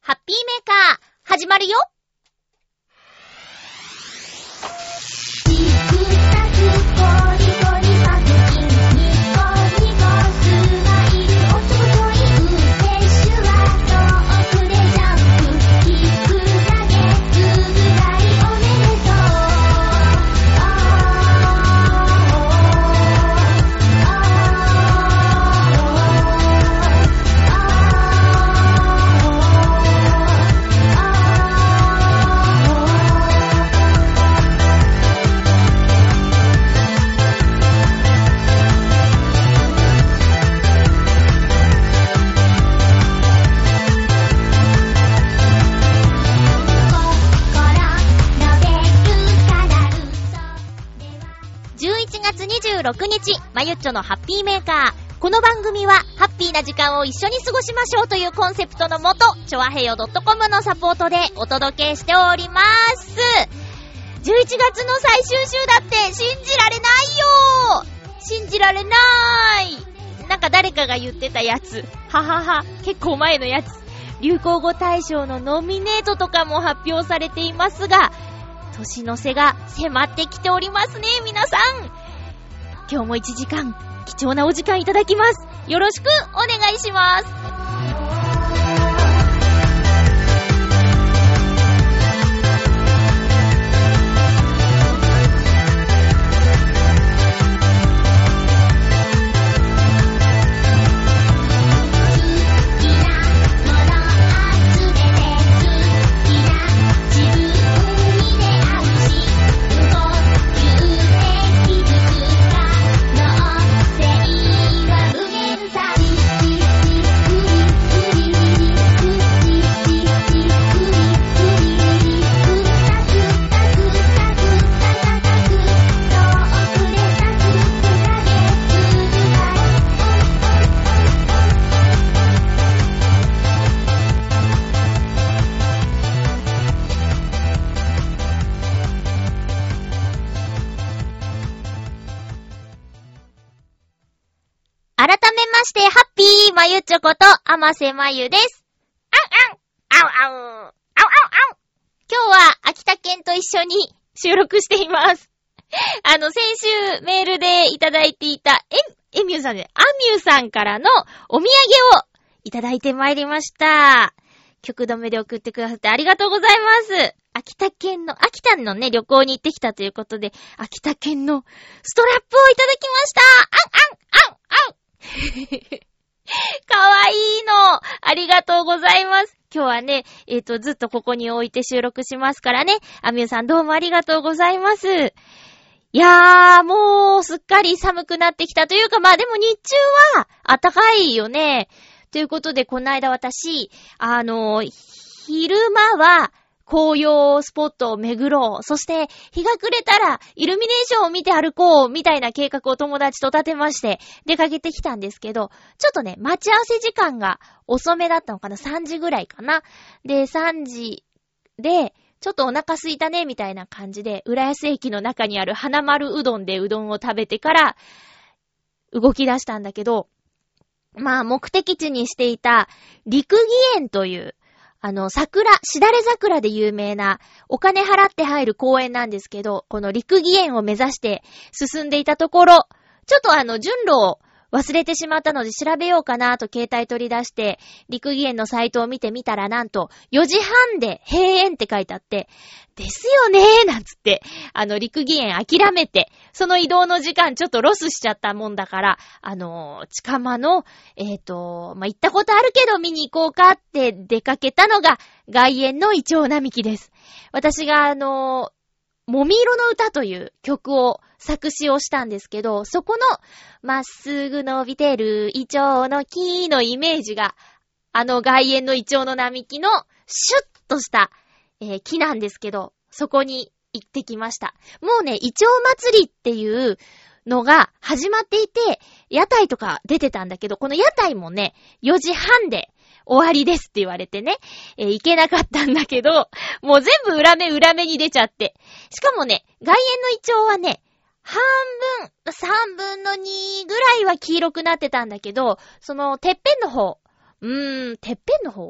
ハッピーメーカー始まるよ。26日、まゆっちょのハッピーメーカー。この番組はハッピーな時間を一緒に過ごしましょうというコンセプトのもと、ちょわへよ .com のサポートでお届けしております。11月の最終週だって信じられないよ。信じられない。なんか誰かが言ってたやつ。ははは、結構前のやつ。流行語大賞のノミネートとかも発表されていますが、年の瀬が迫ってきておりますね、皆さん。今日も1時間貴重なお時間いただきます。よろしくお願いします。改めまして、ハッピーまゆちょこと、あませまゆです。あうあう、あうあうあう。今日は秋田県と一緒に収録しています。先週メールでいただいていた、エミューさんで、アミューさんからのお土産をいただいてまいりました。曲止めで送ってくださってありがとうございます。秋田のね、旅行に行ってきたということで、秋田県のストラップをいただきました。かわいいの。ありがとうございます。今日はね、ずっとここに置いて収録しますからね。アミューさんどうもありがとうございます。いやー、もうすっかり寒くなってきたというか、まあでも日中は暖かいよね。ということで、この間私、昼間は紅葉スポットを巡ろう。そして、日が暮れたら、イルミネーションを見て歩こう、みたいな計画を友達と立てまして、出かけてきたんですけど、ちょっとね、待ち合わせ時間が遅めだったのかな ?3 時ぐらいかな。で、3時で、ちょっとお腹空いたね、みたいな感じで、浦安駅の中にある花丸うどんでうどんを食べてから、動き出したんだけど、まあ、目的地にしていた、陸義園という、しだれ桜で有名な、お金払って入る公園なんですけど、この陸義園を目指して進んでいたところ、ちょっと順路を忘れてしまったので調べようかなと携帯取り出して、陸義園のサイトを見てみたらなんと、4時半で閉園って書いてあって、ですよねーなんつって、陸義園諦めて、その移動の時間ちょっとロスしちゃったもんだから、近間の、行ったことあるけど見に行こうかって出かけたのが、外苑のイチョウ並木です。私がもみ色の歌という曲を作詞をしたんですけど、そこの、まっすぐ伸びてるイチョウの木のイメージが、外苑のイチョウの並木のシュッとした、木なんですけど、そこに行ってきました。もうね、イチョウ祭りっていうのが始まっていて、屋台とか出てたんだけど、この屋台もね、4時半で終わりですって言われてね、行けなかったんだけど、もう全部裏目に出ちゃって。しかもね、外苑のイチョウはね、3分の2ぐらいは黄色くなってたんだけど、そのてっぺんの方、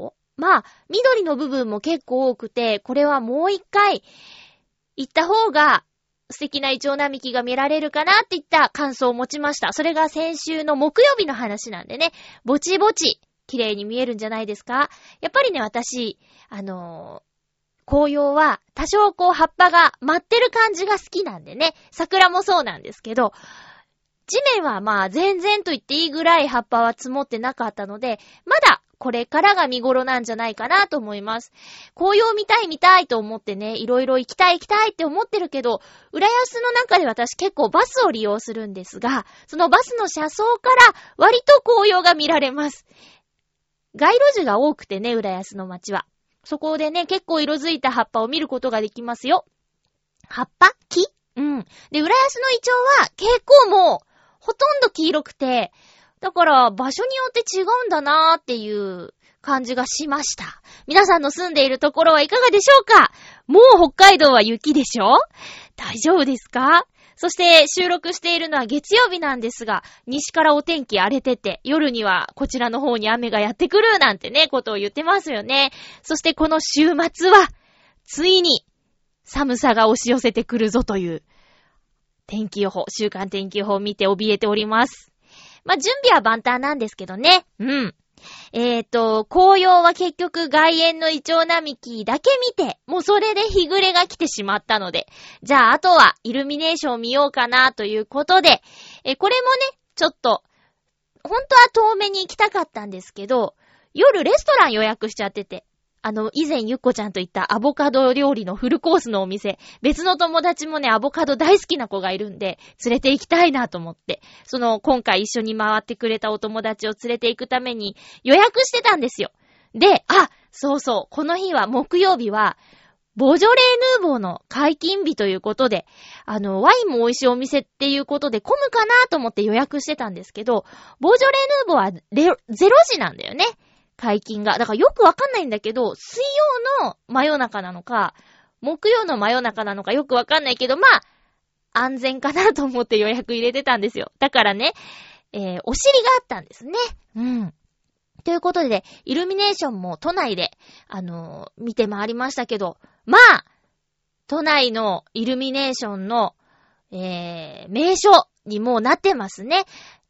まあ、緑の部分も結構多くて、これはもう一回行った方が素敵なイチョウ並木が見られるかなっていった感想を持ちました。それが先週の木曜日の話なんでね、ぼちぼち綺麗に見えるんじゃないですか。やっぱりね、私、紅葉は多少こう葉っぱが舞ってる感じが好きなんでね、桜もそうなんですけど、地面はまあ全然と言っていいぐらい葉っぱは積もってなかったので、まだこれからが見頃なんじゃないかなと思います。紅葉見たいと思ってね、いろいろ行きたいって思ってるけど、浦安の中で私結構バスを利用するんですが、そのバスの車窓から割と紅葉が見られます。街路樹が多くてね、浦安の街は。そこでね、結構色づいた葉っぱを見ることができますよ。葉っぱ？木？うん。で、浦安のイチョウは結構もう、ほとんど黄色くて、だから場所によって違うんだなーっていう感じがしました。皆さんの住んでいるところはいかがでしょうか？もう北海道は雪でしょ？大丈夫ですか？そして収録しているのは月曜日なんですが、西からお天気荒れてて、夜にはこちらの方に雨がやってくるなんてね、ことを言ってますよね。そしてこの週末は、ついに寒さが押し寄せてくるぞという天気予報、週間天気予報を見て怯えております。まあ、準備は万端なんですけどね。うん。紅葉は結局外苑のイチョウ並木だけ見て、もうそれで日暮れが来てしまったので、じゃああとはイルミネーションを見ようかなということで、これもね、ちょっと、本当は遠目に行きたかったんですけど、夜レストラン予約しちゃってて、以前ゆっこちゃんと言ったアボカド料理のフルコースのお店、別の友達もね、アボカド大好きな子がいるんで、連れて行きたいなと思って、今回一緒に回ってくれたお友達を連れて行くために予約してたんですよ。で、そうそう、この日は木曜日は、ボジョレーヌーボーの解禁日ということで、ワインも美味しいお店っていうことで混むかなと思って予約してたんですけど、ボジョレーヌーボーは0時なんだよね。解禁が。だからよくわかんないんだけど、水曜の真夜中なのか、木曜の真夜中なのかよくわかんないけど、まあ、安全かなと思って予約入れてたんですよ。だからね、お尻があったんですね。うん。ということで、イルミネーションも都内で、見て回りましたけど、まあ、都内のイルミネーションの、名所にもうなってますね。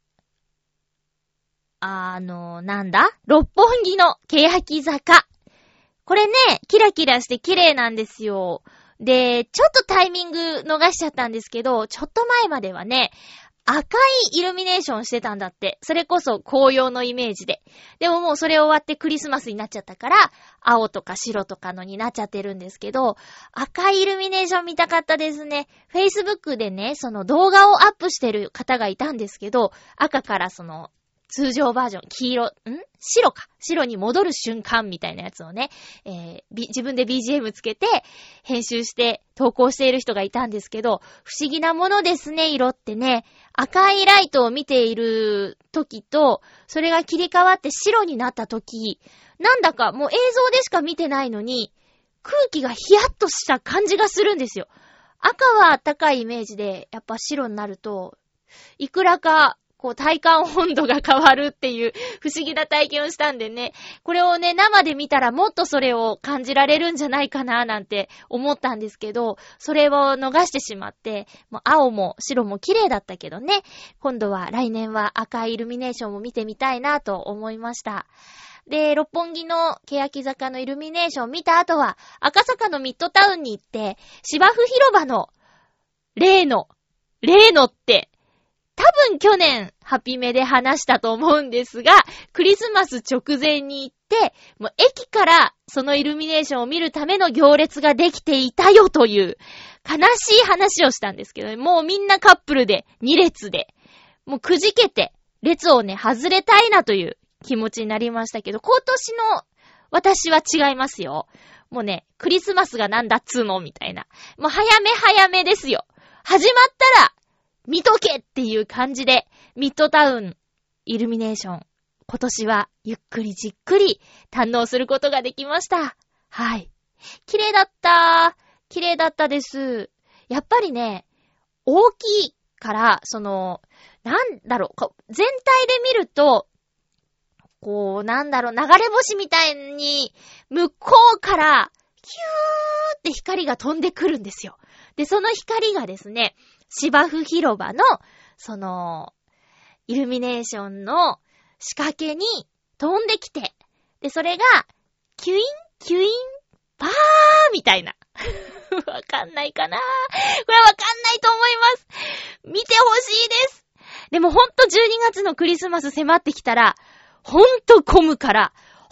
なんだ？六本木の欅坂。これね、キラキラして綺麗なんですよ。で、ちょっとタイミング逃しちゃったんですけど、ちょっと前まではね、赤いイルミネーションしてたんだって。それこそ紅葉のイメージで。でももうそれ終わってクリスマスになっちゃったから、青とか白とかのになっちゃってるんですけど、赤いイルミネーション見たかったですね。Facebook でね、その動画をアップしてる方がいたんですけど、赤から通常バージョン、白に戻る瞬間みたいなやつをね、自分で BGM つけて編集して投稿している人がいたんですけど、不思議なものですね、色ってね。赤いライトを見ている時と、それが切り替わって白になった時、なんだかもう映像でしか見てないのに、空気がヒヤッとした感じがするんですよ。赤は高いイメージで、やっぱ白になると、いくらか、体感温度が変わるっていう不思議な体験をしたんでね、これをね、生で見たらもっとそれを感じられるんじゃないかななんて思ったんですけど、それを逃してしまって、もう青も白も綺麗だったけどね、今度は来年は赤いイルミネーションも見てみたいなと思いました。で、六本木の欅坂のイルミネーションを見た後は、赤坂のミッドタウンに行って、芝生広場の例のって、多分去年ハピメで話したと思うんですが、クリスマス直前に行って、もう駅からそのイルミネーションを見るための行列ができていたよという悲しい話をしたんですけどね、もうみんなカップルで2列で、もうくじけて列をね、外れたいなという気持ちになりましたけど、今年の私は違いますよ。もうね、クリスマスがなんだっつーのみたいな。もう早めですよ。始まったら、見とけっていう感じで、ミッドタウンイルミネーション、今年はゆっくりじっくり堪能することができました。はい。綺麗だったです。やっぱりね、大きいから、なんだろう、全体で見ると、 こう、なんだろう、流れ星みたいに、向こうから、キューって光が飛んでくるんですよ。で、その光がですね、芝生広場の、イルミネーションの仕掛けに飛んできて、で、それが、キュイン、キュイン、パーみたいな。わかんないかな？これはわかんないと思います。見てほしいです。でもほんと12月のクリスマス迫ってきたら、ほんと混むから、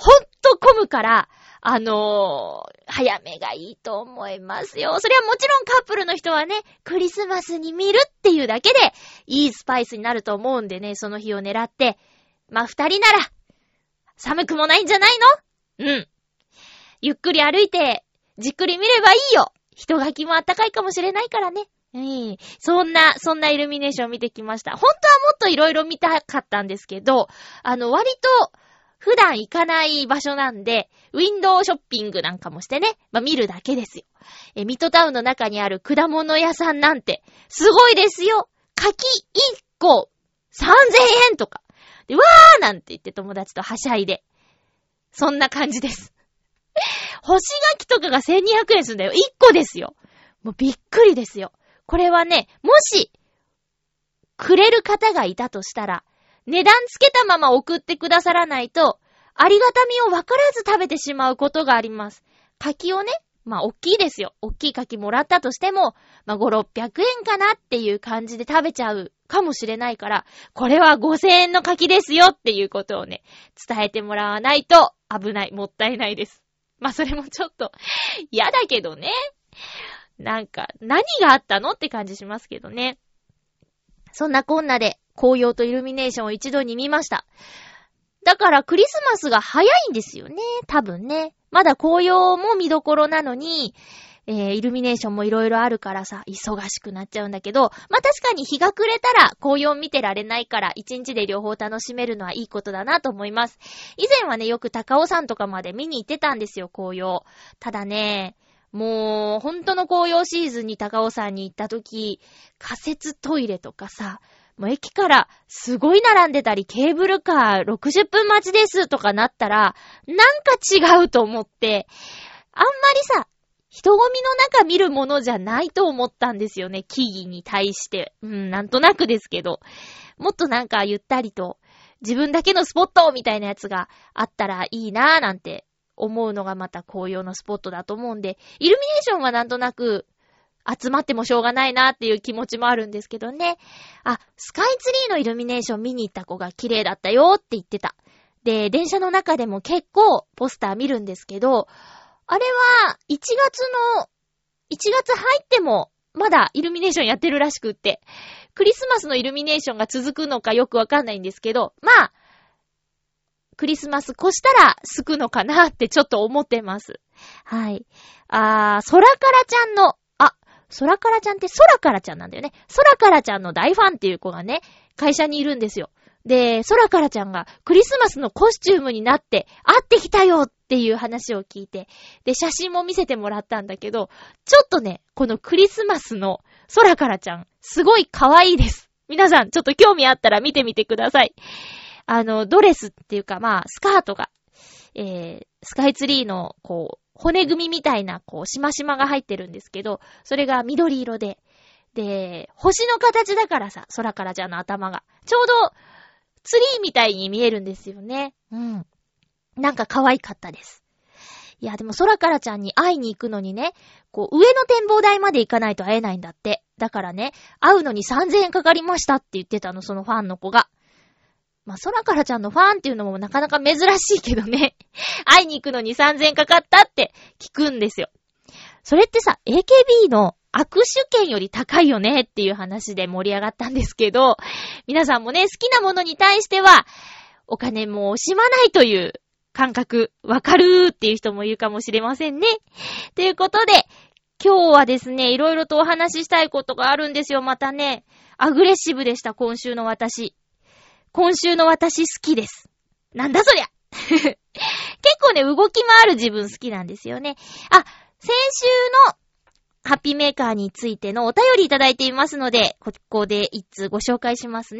早めがいいと思いますよ。それはもちろんカップルの人はね、クリスマスに見るっていうだけで、いいスパイスになると思うんでね、その日を狙って、まあ、二人なら、寒くもないんじゃないの？うん。ゆっくり歩いて、じっくり見ればいいよ。人垣きも暖かいかもしれないからね。そんなイルミネーションを見てきました。本当はもっといろいろ見たかったんですけど、割と普段行かない場所なんで、ウィンドウショッピングなんかもしてね、まあ、見るだけですよ。ミッドタウンの中にある果物屋さんなんて、すごいですよ。柿1個3000円とか。で、わーなんて言って友達とはしゃいで。そんな感じです。干し柿とかが1200円するんだよ。1個ですよ。もうびっくりですよ。これはね、もし、くれる方がいたとしたら、値段つけたまま送ってくださらないと、ありがたみを分からず食べてしまうことがあります。柿をね、まあ、大きいですよ。大きい柿もらったとしても、まあ、5、600円かなっていう感じで食べちゃうかもしれないから、これは5000円の柿ですよっていうことをね、伝えてもらわないと危ない、もったいないです。まあ、それもちょっと嫌だけどね。なんか、何があったのって感じしますけどね。そんなこんなで、紅葉とイルミネーションを一度に見ました。だからクリスマスが早いんですよね。多分ね。まだ紅葉も見どころなのに、イルミネーションもいろいろあるからさ、忙しくなっちゃうんだけど、まあ、確かに日が暮れたら紅葉見てられないから、一日で両方楽しめるのはいいことだなと思います。以前はね、よく高尾山とかまで見に行ってたんですよ、紅葉。ただね、もう、本当の紅葉シーズンに高尾山に行った時、仮設トイレとかさ、もう駅からすごい並んでたり、ケーブルカー60分待ちですとかなったら、なんか違うと思って、あんまりさ、人混みの中見るものじゃないと思ったんですよね、木々に対して。なんとなくですけど。もっとなんかゆったりと、自分だけのスポットみたいなやつがあったらいいなーなんて思うのがまた紅葉のスポットだと思うんで、イルミネーションはなんとなく、集まってもしょうがないなっていう気持ちもあるんですけどね。スカイツリーのイルミネーション見に行った子が綺麗だったよって言ってた。で、電車の中でも結構ポスター見るんですけど、あれは1月入ってもまだイルミネーションやってるらしくって、クリスマスのイルミネーションが続くのかよくわかんないんですけど、まあ、クリスマス越したらすくのかなってちょっと思ってます。はい。空からちゃんの、空からちゃんって空からちゃんなんだよね。空からちゃんの大ファンっていう子がね、会社にいるんですよ。で、空からちゃんがクリスマスのコスチュームになって会ってきたよっていう話を聞いて、で、写真も見せてもらったんだけど、ちょっとね、このクリスマスの空からちゃん、すごい可愛いです。皆さん、ちょっと興味あったら見てみてください。ドレスっていうか、まあ、スカートが、スカイツリーの、こう、骨組みみたいな、こう、しましまが入ってるんですけど、それが緑色で、で、星の形だからさ、空からちゃんの頭が。ちょうど、ツリーみたいに見えるんですよね。なんか可愛かったです。いや、でも空からちゃんに会いに行くのにね、こう、上の展望台まで行かないと会えないんだって。だからね、会うのに3000円かかりましたって言ってたの、そのファンの子が。まあ、空からちゃんのファンっていうのもなかなか珍しいけどね。会いに行くのに3000円かかったって聞くんですよ。それってさ、AKB の握手券より高いよねっていう話で盛り上がったんですけど、皆さんもね、好きなものに対しては、お金も惜しまないという感覚、わかるーっていう人もいるかもしれませんね。ということで、今日はですね、いろいろとお話ししたいことがあるんですよ、またね。アグレッシブでした、今週の私。今週の私好きです。なんだそりゃ結構ね、動き回る自分好きなんですよね。先週のハッピーメーカーについてのお便りいただいていますので、ここで一通ご紹介しますね。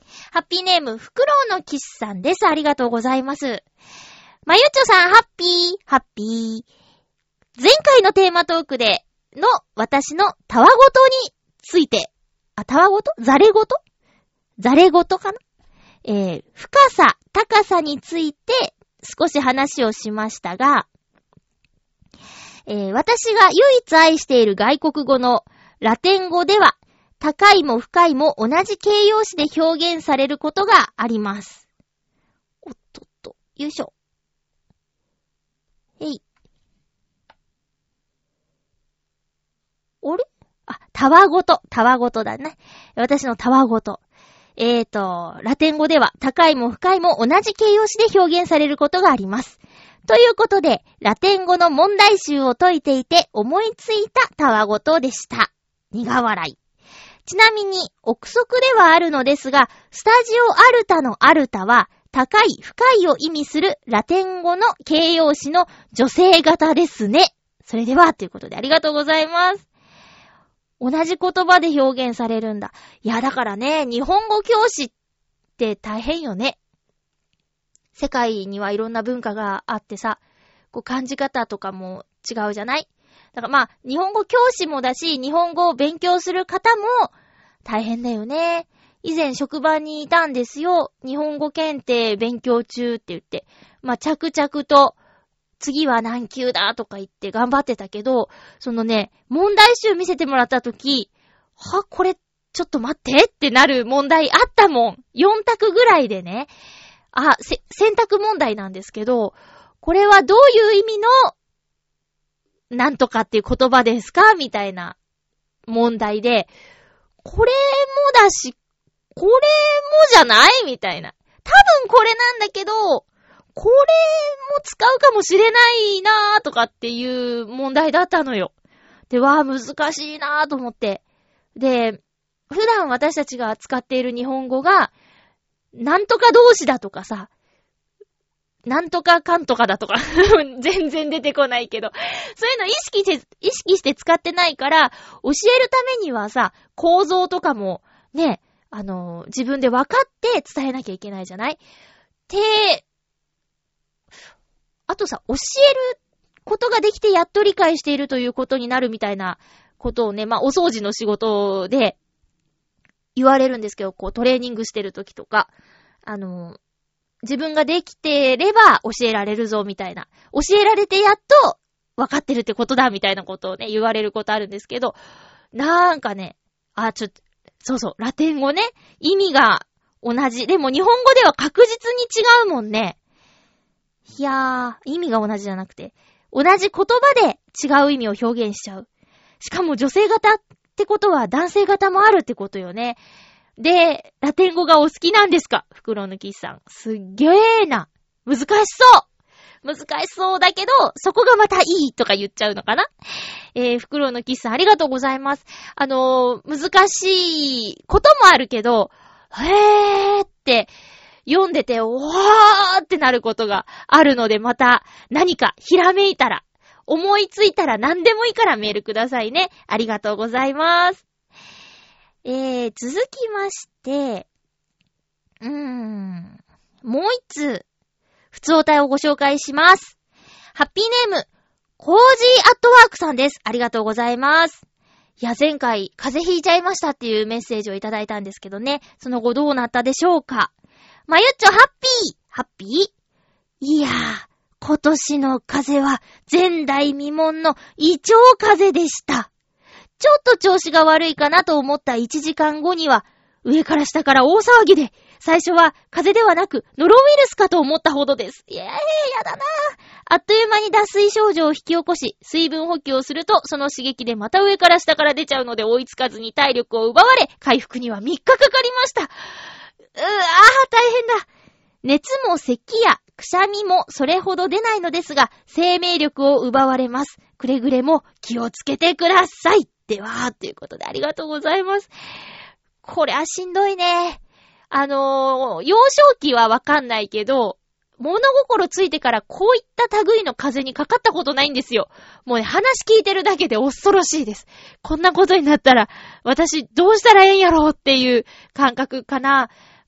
ハッピーネーム、フクロウのキスさんです。ありがとうございます。まゆっちょさん、ハッピー。前回のテーマトークでの私のたわごとについて、たわごと？ざれごとかな？深さ、高さについて少し話をしましたが、私が唯一愛している外国語のラテン語では、高いも深いも同じ形容詞で表現されることがあります。おっとっと、よいしょ。あれ？たわごとだね。私のたわごと。ラテン語では高いも深いも同じ形容詞で表現されることがあります。ということで、ラテン語の問題集を解いていて思いついたたわごとでした。苦笑い。ちなみに、憶測ではあるのですが、スタジオアルタのアルタは、高い、深いを意味するラテン語の形容詞の女性型ですね。それでは、ということでありがとうございます。同じ言葉で表現されるんだ。いや、だからね、日本語教師って大変よね。世界にはいろんな文化があってさ、こう感じ方とかも違うじゃない？だから日本語教師もだし、日本語を勉強する方も大変だよね。以前職場にいたんですよ。日本語検定勉強中って言って、着々と次は何級だとか言って頑張ってたけど、そのね、問題集見せてもらったとき、これちょっと待ってってなる問題あったもん。4択ぐらいでね。選択問題なんですけど、これはどういう意味のなんとかっていう言葉ですかみたいな問題で、これもだし、これもじゃないみたいな。多分これなんだけど、これも使うかもしれないなーとかっていう問題だったのよ。で、難しいなーと思って。で、普段私たちが使っている日本語が、なんとか動詞だとかさ、なんとかかんとかだとか、全然出てこないけど、そういうの意識して使ってないから、教えるためにはさ、構造とかも、ね、自分で分かって伝えなきゃいけないじゃない？あとさ、教えることができてやっと理解しているということになるみたいなことをね、お掃除の仕事で言われるんですけど、トレーニングしてる時とか、自分ができてれば教えられるぞみたいな。教えられてやっと分かってるってことだみたいなことをね、言われることあるんですけど、なんかね、そう、ラテン語ね、意味が同じ。でも日本語では確実に違うもんね。いやー、意味が同じじゃなくて、同じ言葉で違う意味を表現しちゃう。しかも女性型ってことは男性型もあるってことよね。で、ラテン語がお好きなんですか？フクロウのキスさん。すっげーな。難しそうだけど、そこがまたいいとか言っちゃうのかな？フクロウのキスさんありがとうございます。難しいこともあるけど、へーって読んでて、おーってなることがあるので、また何かひらめいたら、思いついたら何でもいいからメールくださいね。ありがとうございます。続きまして、もう一通、普通お題をご紹介します。ハッピーネーム、コージーアットワークさんです。ありがとうございます。いや、前回、風邪ひいちゃいましたっていうメッセージをいただいたんですけどね、その後どうなったでしょうか。まゆっちょ、ハッピーいやー、今年の風邪は前代未聞の胃腸風邪でした。ちょっと調子が悪いかなと思った1時間後には、上から下から大騒ぎで、最初は風邪ではなくノロウイルスかと思ったほどです。やだなぁ。あっという間に脱水症状を引き起こし、水分補給をすると、その刺激でまた上から下から出ちゃうので追いつかずに体力を奪われ、回復には3日かかりました。大変だ。熱も咳やくしゃみもそれほど出ないのですが、生命力を奪われます。くれぐれも気をつけてください。では、ということでありがとうございます。これはしんどいね。幼少期はわかんないけど、物心ついてからこういった類の風邪にかかったことないんですよ。もうね、話聞いてるだけで恐ろしいです。こんなことになったら、私どうしたらええんやろうっていう感覚かな。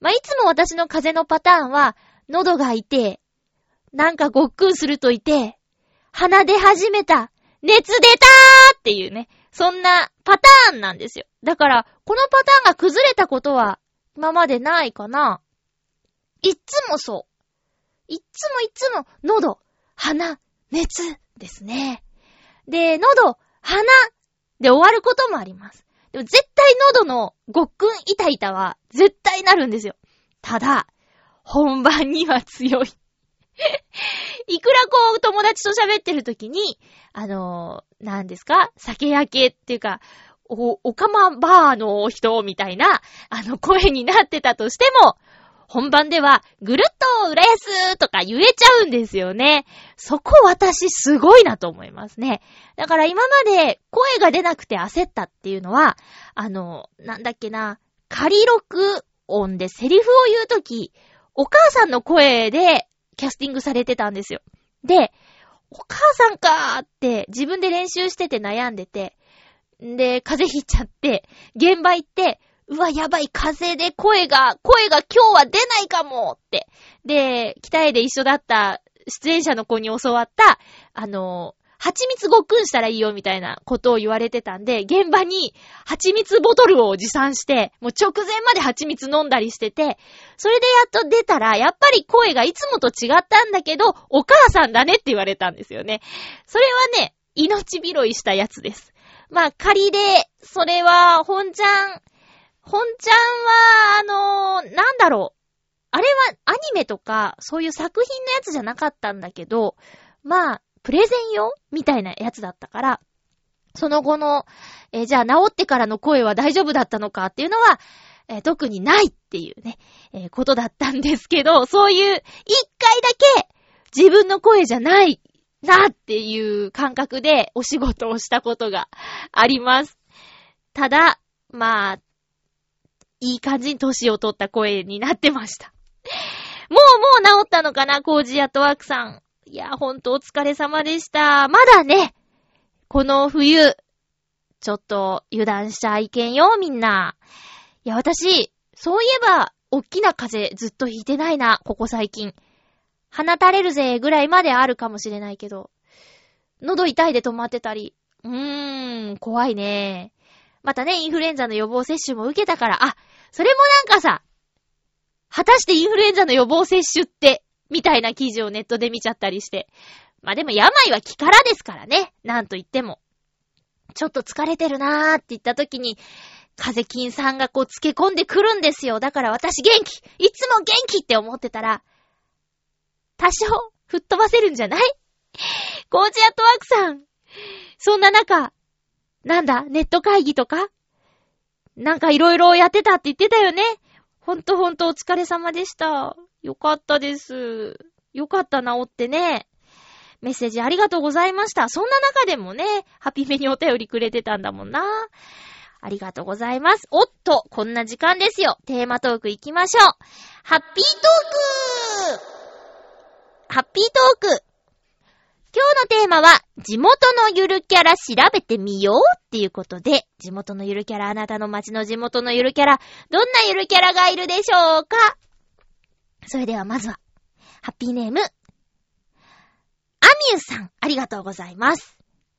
まあ、いつも私の風邪のパターンは、喉が痛い、なんかごっくんすると痛い、鼻出始めた、熱出たーっていうね、そんなパターンなんですよ。だから、このパターンが崩れたことは、今までないかな。いつもそう。いつも、喉、鼻、熱ですね。で、喉、鼻で終わることもあります。でも絶対喉のごっくん痛々は絶対なるんですよ。ただ、本番には強い。いくらこう友達と喋ってる時に、何ですか？酒焼けっていうか、おかまバーの人みたいな、声になってたとしても、本番ではぐるっと浦安とか言えちゃうんですよね。そこ私すごいなと思いますね。だから今まで声が出なくて焦ったっていうのは、なんだっけな、仮録音でセリフを言うとき、お母さんの声でキャスティングされてたんですよ。で、お母さんかーって自分で練習してて悩んでて、で、風邪ひいちゃって、現場行って、うわ、やばい、風邪で声が今日は出ないかもって。で、北へで一緒だった出演者の子に教わった、蜂蜜ごっくんしたらいいよみたいなことを言われてたんで、現場に蜂蜜ボトルを持参して、もう直前まで蜂蜜飲んだりしてて、それでやっと出たら、やっぱり声がいつもと違ったんだけど、お母さんだねって言われたんですよね。それはね、命拾いしたやつです。まあ仮で、それは、本ちゃんは、なんだろう。あれはアニメとか、そういう作品のやつじゃなかったんだけど、まあ、プレゼン用みたいなやつだったから、その後の、じゃあ治ってからの声は大丈夫だったのかっていうのは、特にないっていうね、ことだったんですけど、そういう一回だけ自分の声じゃないなっていう感覚でお仕事をしたことがあります。ただ、まあ、いい感じに年を取った声になってました。もう治ったのかな、コージーアットワークさん。いや、ほんとお疲れ様でした。まだね、この冬、ちょっと油断しちゃいけんよ、みんな。いや、私、そういえば、おっきな風邪ずっとひいてないな、ここ最近。鼻垂れるぜぐらいまであるかもしれないけど、喉痛いで止まってたり、怖いね。またね、インフルエンザの予防接種も受けたから、それもなんかさ、果たしてインフルエンザの予防接種って、みたいな記事をネットで見ちゃったりして。まあでも病は気からですからね。なんと言っても。ちょっと疲れてるなーって言った時に、風邪菌さんがこうつけ込んでくるんですよ。だから私元気！いつも元気って思ってたら、多少吹っ飛ばせるんじゃない？コージアットワークさん。そんな中、なんだ、ネット会議とかなんかいろいろやってたって言ってたよね。ほんとお疲れ様でした。よかったです。よかった治ってね。メッセージありがとうございました。そんな中でもね、ハピメにお便りくれてたんだもんな。ありがとうございます。おっと、こんな時間ですよ。テーマトーク行きましょう。ハッピートーク今日のテーマは、地元のゆるキャラ調べてみようっていうことで、地元のゆるキャラ、あなたの街の地元のゆるキャラ、どんなゆるキャラがいるでしょうか？それではまずは、ハッピーネーム、アミューさん、ありがとうございます。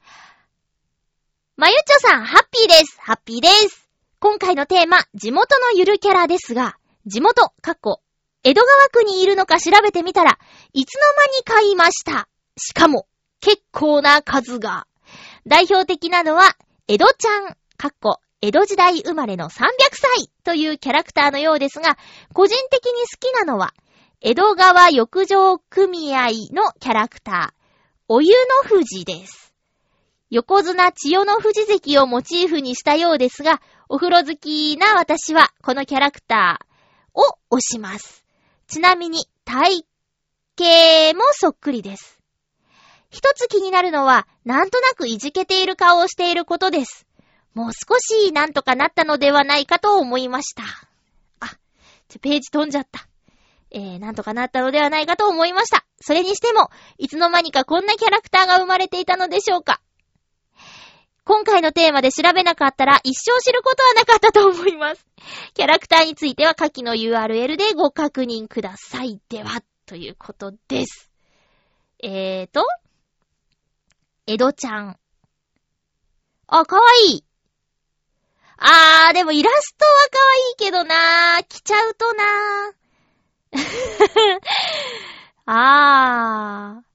まゆちょさん、ハッピーです。ハッピーです。今回のテーマ、地元のゆるキャラですが、地元、江戸川区にいるのか調べてみたら、いつの間に買いました。しかも、結構な数が。代表的なのは、江戸ちゃん、江戸時代生まれの300歳というキャラクターのようですが、個人的に好きなのは、江戸川浴場組合のキャラクター、お湯の富士です。横綱千代の富士関をモチーフにしたようですが、お風呂好きな私はこのキャラクターを推します。ちなみに体型もそっくりです。一つ気になるのは、なんとなくいじけている顔をしていることです。もう少しなんとかなったのではないかと思いました。ページ飛んじゃった。なんとかなったのではないかと思いました。それにしても、いつの間にかこんなキャラクターが生まれていたのでしょうか。 今回のテーマで調べなかったら一生知ることはなかったと思います。キャラクターについては下記の URL でご確認ください。では、ということです。江戸ちゃん。あ、かわいい。でもイラストはかわいいけどなー。着ちゃうとなー。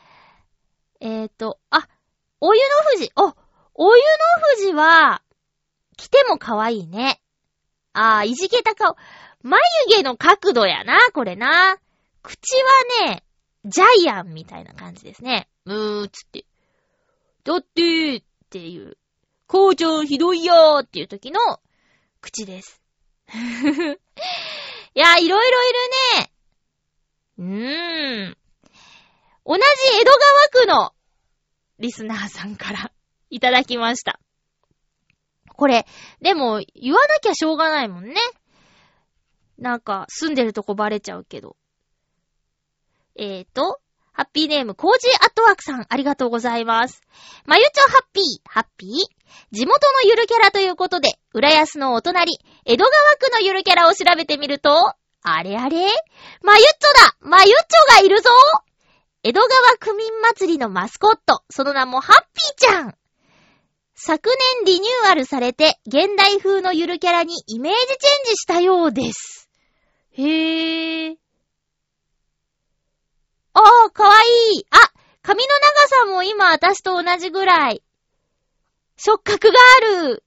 お湯の富士。お湯の富士は、着てもかわいいね。いじけた顔。眉毛の角度やな、これな。口はね、ジャイアンみたいな感じですね。つって。だっていう。こうちゃんひどいよーっていう時の口です。いや、いろいろいるね。同じ江戸川区のリスナーさんからいただきました。これ、でも言わなきゃしょうがないもんね。なんか住んでるとこバレちゃうけど。ハッピーネームコージーアットワークさん、ありがとうございます。まゆちょハッピー。地元のゆるキャラということで、浦安のお隣、江戸川区のゆるキャラを調べてみると、あれまゆっちょだ、まゆっちょがいるぞ。江戸川区民祭りのマスコット、その名もハッピーちゃん。昨年リニューアルされて、現代風のゆるキャラにイメージチェンジしたようです。へー。かわいい。髪の長さも今私と同じぐらい。触覚がある。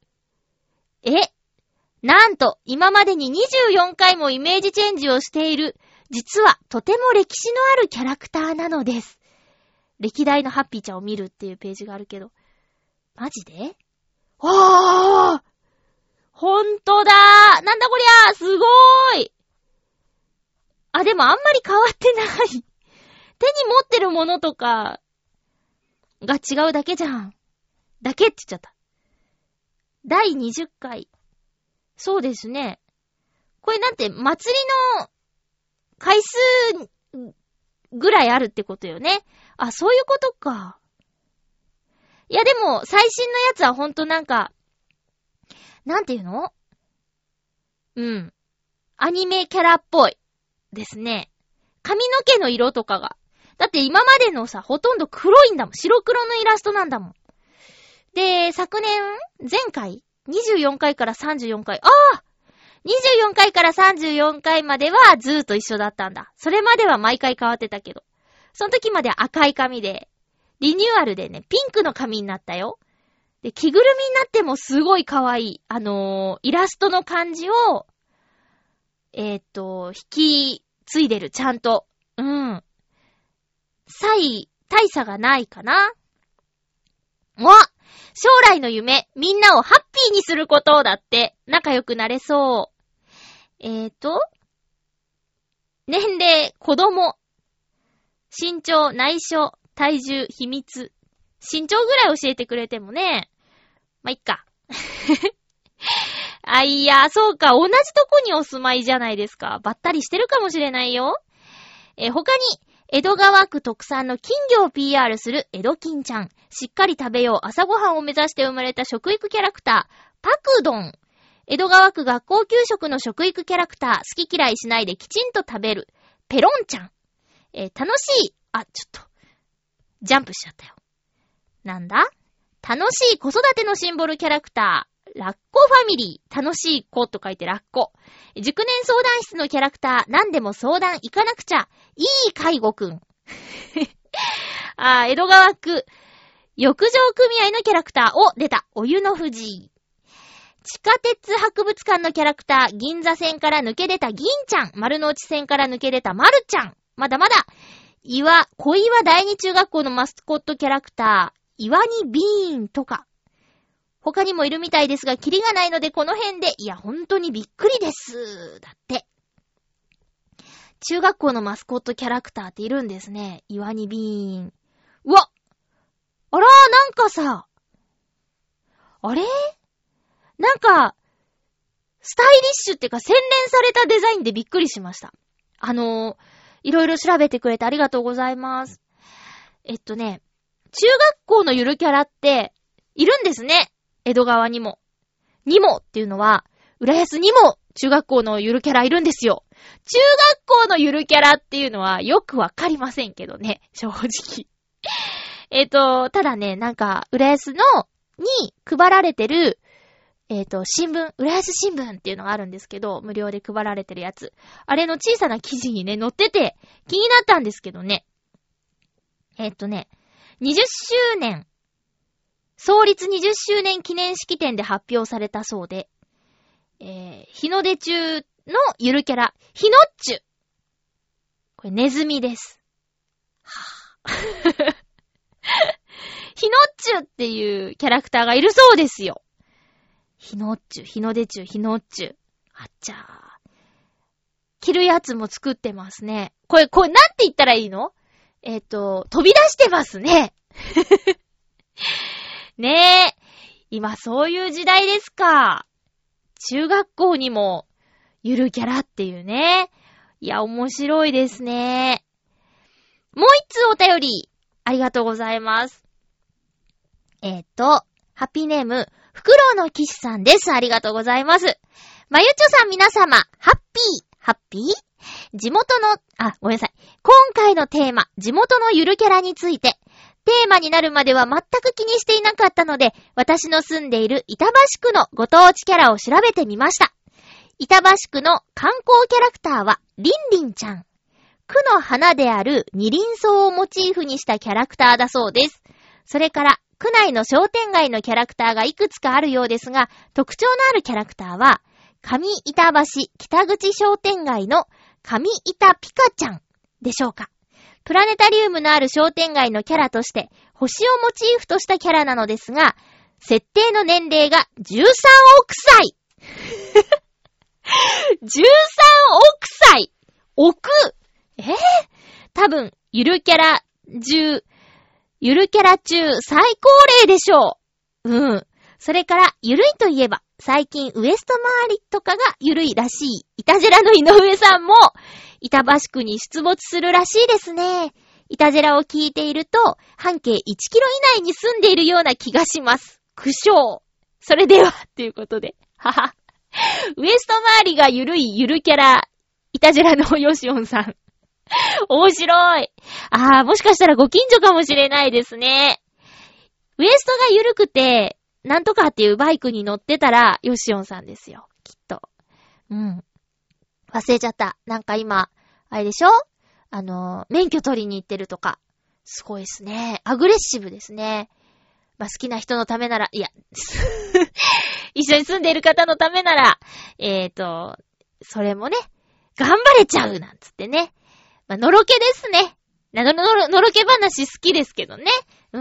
なんと、今までに24回もイメージチェンジをしている、実はとても歴史のあるキャラクターなのです。歴代のハッピーちゃんを見るっていうページがあるけど。マジで？ほんとだー。なんだこりゃー。すごーい。でもあんまり変わってない。手に持ってるものとかが違うだけじゃん。だけって言っちゃった。第20回。そうですね。これなんて祭りの回数ぐらいあるってことよね。そういうことか。いやでも最新のやつはほんとなんか、なんていうの？アニメキャラっぽいですね。髪の毛の色とかが。だって今までのさ、ほとんど黒いんだもん。白黒のイラストなんだもん。で、昨年、前回 ?24 回から34回。24回から34回まではずーっと一緒だったんだ。それまでは毎回変わってたけど。その時まで赤い髪で、リニューアルでね、ピンクの髪になったよ。で、着ぐるみになってもすごい可愛い。イラストの感じを、引き継いでる、ちゃんと。大差がないかな。将来の夢、みんなをハッピーにすることだって、仲良くなれそう。年齢、子供、身長、内緒、体重、秘密。身長ぐらい教えてくれてもね。まあ、いっか。いや、そうか、同じとこにお住まいじゃないですか。ばったりしてるかもしれないよ。他に、江戸川区特産の金魚を PR する江戸金ちゃん。しっかり食べよう朝ごはんを目指して生まれた食育キャラクター、パクドン。江戸川区学校給食の食育キャラクター、好き嫌いしないできちんと食べる、ペロンちゃん。楽しい、ちょっと、ジャンプしちゃったよ。なんだ？楽しい子育てのシンボルキャラクター、ラッコファミリー。楽しい子と書いてラッコ。熟年相談室のキャラクター、何でも相談行かなくちゃ。いい介護くん。江戸川区、浴場組合のキャラクター、出た。お湯の富士。地下鉄博物館のキャラクター、銀座線から抜け出た銀ちゃん。丸の内線から抜け出た丸ちゃん。まだまだ。小岩第二中学校のマスコットキャラクター、岩にビーンとか。他にもいるみたいですが、キリがないのでこの辺で、いや、本当にびっくりです。だって。中学校のマスコットキャラクターっているんですね。岩にビーン。なんかさ、なんか、スタイリッシュってか洗練されたデザインでびっくりしました。いろいろ調べてくれてありがとうございます。中学校のゆるキャラって、 いるんですね。江戸川にも。にもっていうのは、浦安にも中学校のゆるキャラいるんですよ。中学校のゆるキャラっていうのはよくわかりませんけどね、正直。ただね、なんか、浦安に配られてる、新聞、浦安新聞っていうのがあるんですけど、無料で配られてるやつ。あれの小さな記事にね、載ってて、気になったんですけどね。20周年、創立20周年記念式典で発表されたそうで、日の出中のゆるキャラ、ひのっちゅ。これネズミです。はぁひのっちゅっていうキャラクターがいるそうですよ。ひのっちゅ、日の出中、ひのっちゅ。あっちゃー。着るやつも作ってますね。これなんて言ったらいいの？飛び出してますね。ねえ。今そういう時代ですか。中学校にもゆるキャラっていうね。いや、面白いですね。もう一通お便り、ありがとうございます。ハッピーネーム、フクロウの騎士さんです。ありがとうございます。まゆちょさん皆様、ハッピー地元の、ごめんなさい。今回のテーマ、地元のゆるキャラについて、テーマになるまでは全く気にしていなかったので、私の住んでいる板橋区のご当地キャラを調べてみました。板橋区の観光キャラクターは、リンリンちゃん。区の花である二輪草をモチーフにしたキャラクターだそうです。それから、区内の商店街のキャラクターがいくつかあるようですが、特徴のあるキャラクターは、上板橋北口商店街の上板ピカちゃんでしょうか。プラネタリウムのある商店街のキャラとして、星をモチーフとしたキャラなのですが、設定の年齢が13億歳13億歳億多分、ゆるキャラ中最高齢でしょう。うん。それから、ゆるいといえば、最近ウエスト周りとかがゆるいらしい、イタジェラの井上さんも、板橋区に出没するらしいですね。イタジェラを聞いていると、半径1キロ以内に住んでいるような気がします。苦笑。それでは、ということで。はは。ウエスト周りがゆるいゆるキャラ、イタジェラのヨシオンさん。面白い。もしかしたらご近所かもしれないですね。ウエストがゆるくて、なんとかっていうバイクに乗ってたら、ヨシオンさんですよ。きっと。うん。忘れちゃった。なんか今、あれでしょ？免許取りに行ってるとか。すごいですね。アグレッシブですね。好きな人のためなら、いや、一緒に住んでいる方のためなら、それもね、頑張れちゃうなんつってね。のろけですね。のろけ話好きですけどね。うん。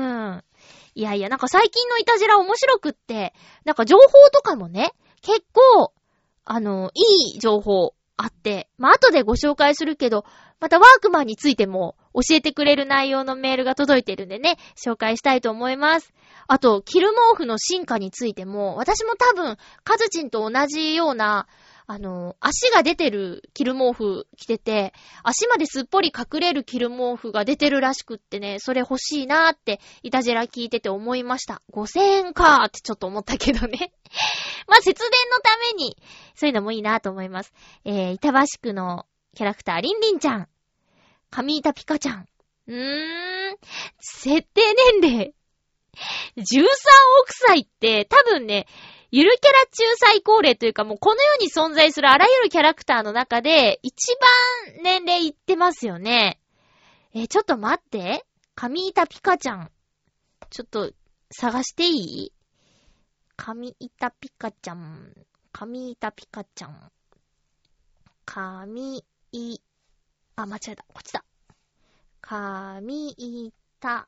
いやいや、なんか最近のイタジェラ面白くって、なんか情報とかもね、結構、いい情報あって、後でご紹介するけど、またワークマンについても教えてくれる内容のメールが届いてるんでね、紹介したいと思います。あと、キル毛布の進化についても、私も多分、カズチンと同じような、足が出てるキル毛布着てて、足まですっぽり隠れるキル毛布が出てるらしくってね、それ欲しいなーって、イタジェラ聞いてて思いました。5000円かーってちょっと思ったけどね。節電のために、そういうのもいいなと思います。板橋区のキャラクター、リンリンちゃん。上板ピカちゃん。設定年齢。13億歳って、多分ね、ゆるキャラ中最高齢というかもうこの世に存在するあらゆるキャラクターの中で一番年齢いってますよね。ちょっと待って。上板ピカちゃん。ちょっと探していい？上板ピカちゃん。上板ピカちゃん。間違えた。こっちだ。上板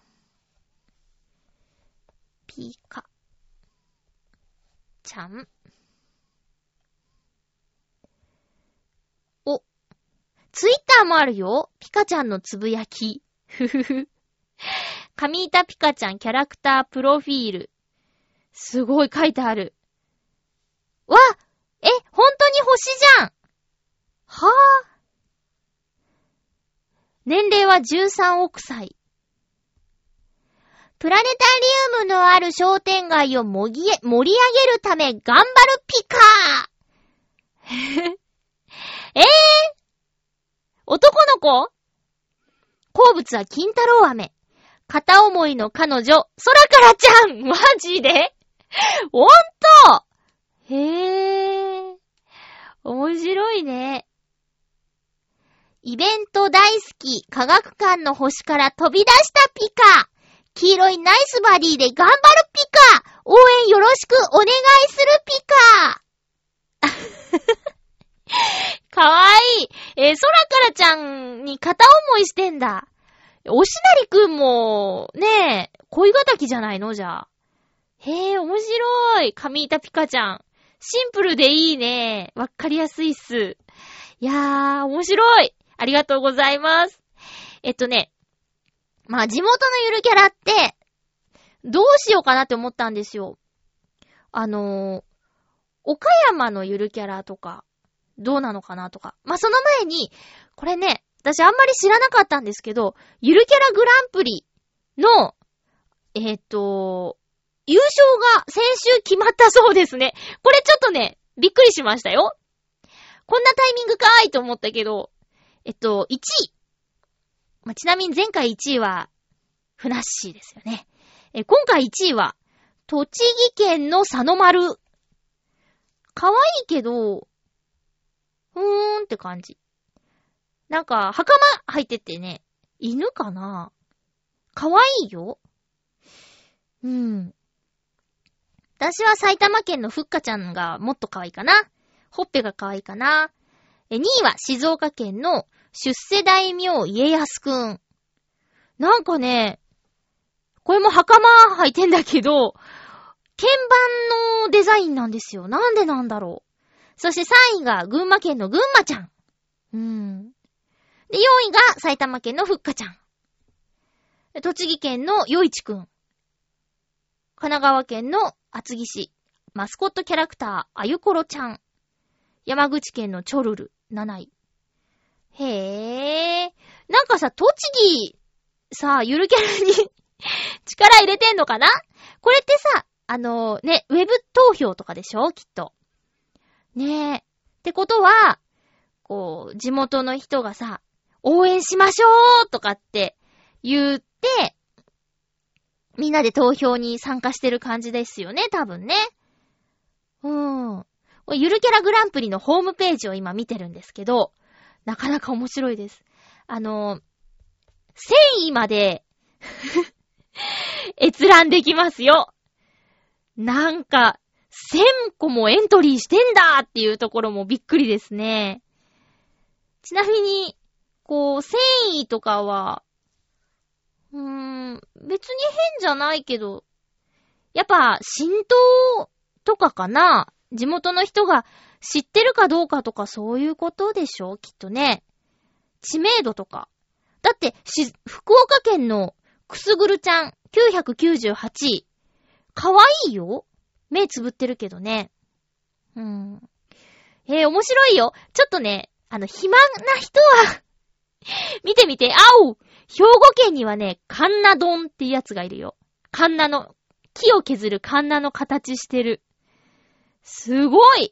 ピカちゃん。ツイッターもあるよ。ピカちゃんのつぶやき。ふふふ。上板ピカちゃんキャラクタープロフィール。すごい書いてある。わ！本当に星じゃん！はぁ。年齢は13億歳。 プラネタリウムのある商店街を盛り上げるため頑張るピカ男の子？好物は金太郎飴。片思いの彼女、空からちゃん。マジで？ほんと？へー。面白いね。イベント大好き、科学館の星から飛び出したピカ。黄色いナイスバディで頑張るピカ。応援よろしくお願いするピカ。かわいい。空からちゃんに片思いしてんだ。おしなりくんも、ねえ、恋敵じゃないのじゃあ。へえ、面白い。上板ピカちゃん。シンプルでいいね。わかりやすいっす。いやー、面白い。ありがとうございます。まあ、地元のゆるキャラって、どうしようかなって思ったんですよ。岡山のゆるキャラとか、どうなのかなとか。まあ、その前に、これね、私あんまり知らなかったんですけど、ゆるキャラグランプリの、優勝が先週決まったそうですね。これちょっとね、びっくりしましたよ。こんなタイミングかーいと思ったけど、1位。まあ、ちなみに前回1位は、ふなっしーですよね。今回1位は、栃木県の佐野丸。かわいいけど、って感じ。なんか、袴入っててね、犬かな？かわいいよ。私は埼玉県のふっかちゃんがもっと可愛いかな。ほっぺが可愛いかな。2位は静岡県の出世大名家康くん。なんかね、これも袴履いてんだけど、鍵盤のデザインなんですよ。なんでなんだろう。そして3位が群馬県の群馬ちゃん。で、4位が埼玉県のふっかちゃん。栃木県のよいちくん。神奈川県の厚木市。マスコットキャラクター、あゆころちゃん。山口県のチョルル、7位。へー。なんかさ、栃木、さ、ゆるキャラに力入れてんのかな？これってさ、ね、ウェブ投票とかでしょ？きっと。ねえ。ってことは、こう、地元の人がさ、応援しましょうとかって言って、みんなで投票に参加してる感じですよね、多分ね。ゆるキャラグランプリのホームページを今見てるんですけど、なかなか面白いです。1000位まで閲覧できますよ。なんか、1000個もエントリーしてんだっていうところもびっくりですね。ちなみに、こう、1000位とかは、別に変じゃないけど、やっぱ、浸透とかかな？地元の人が知ってるかどうかとかそういうことでしょ？きっとね。知名度とか。だって、福岡県のくすぐるちゃん998位。かわいいよ。目つぶってるけどね。面白いよ。ちょっとね、暇な人は、見てみて。兵庫県にはね、カンナ丼っていうやつがいるよ。カンナの、木を削るカンナの形してる。すごい。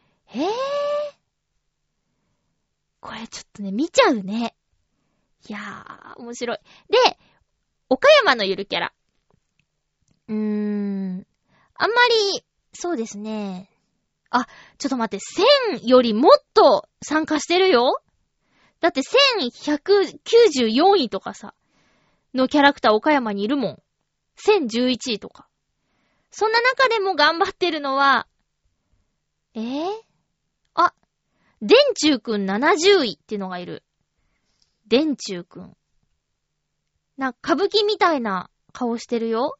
これちょっとね、見ちゃうね。いやー、面白い。で、岡山のゆるキャラ。あんまり、そうですね。ちょっと待って、1000よりもっと参加してるよ。だって1194位とかさ、のキャラクター岡山にいるもん。1011位とか。そんな中でも頑張ってるのは、電柱くん70位っていうのがいる。電柱くん。歌舞伎みたいな顔してるよ。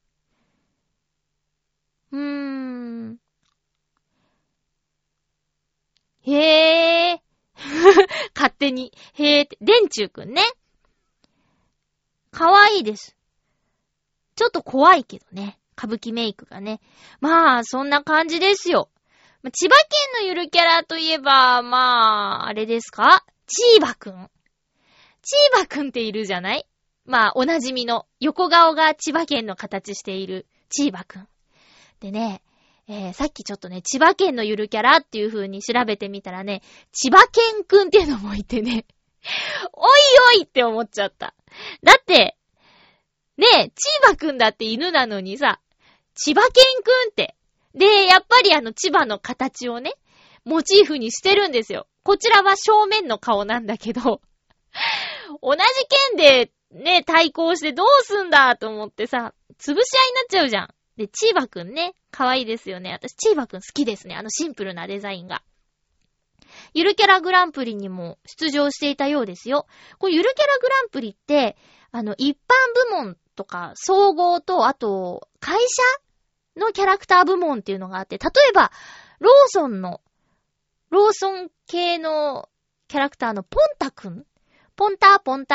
へー。勝手に。へーって。電柱くんね。かわいいです。ちょっと怖いけどね。歌舞伎メイクがね。まあ、そんな感じですよ。千葉県のゆるキャラといえば、まあ、あれですか？チーバくん。チーバくんっているじゃない？ まあ、おなじみの横顔が千葉県の形しているチーバくん。でね、さっきちょっとね、千葉県のゆるキャラっていう風に調べてみたらね、千葉県くんっていうのもいてね、おいおいって思っちゃった。だって、ねえ、チーバくんだって犬なのにさ、千葉県くんって。で、やっぱり千葉の形をね、モチーフにしてるんですよ。こちらは正面の顔なんだけど、同じ県でね、対抗してどうすんだと思ってさ、潰し合いになっちゃうじゃん。で、チーバくんね、可愛いですよね。私、チーバくん好きですね。シンプルなデザインが。ゆるキャラグランプリにも出場していたようですよ。これゆるキャラグランプリって、一般部門とか、総合と、あと、会社のキャラクター部門っていうのがあって、例えば、ローソン系のキャラクターのポンタくんポンタ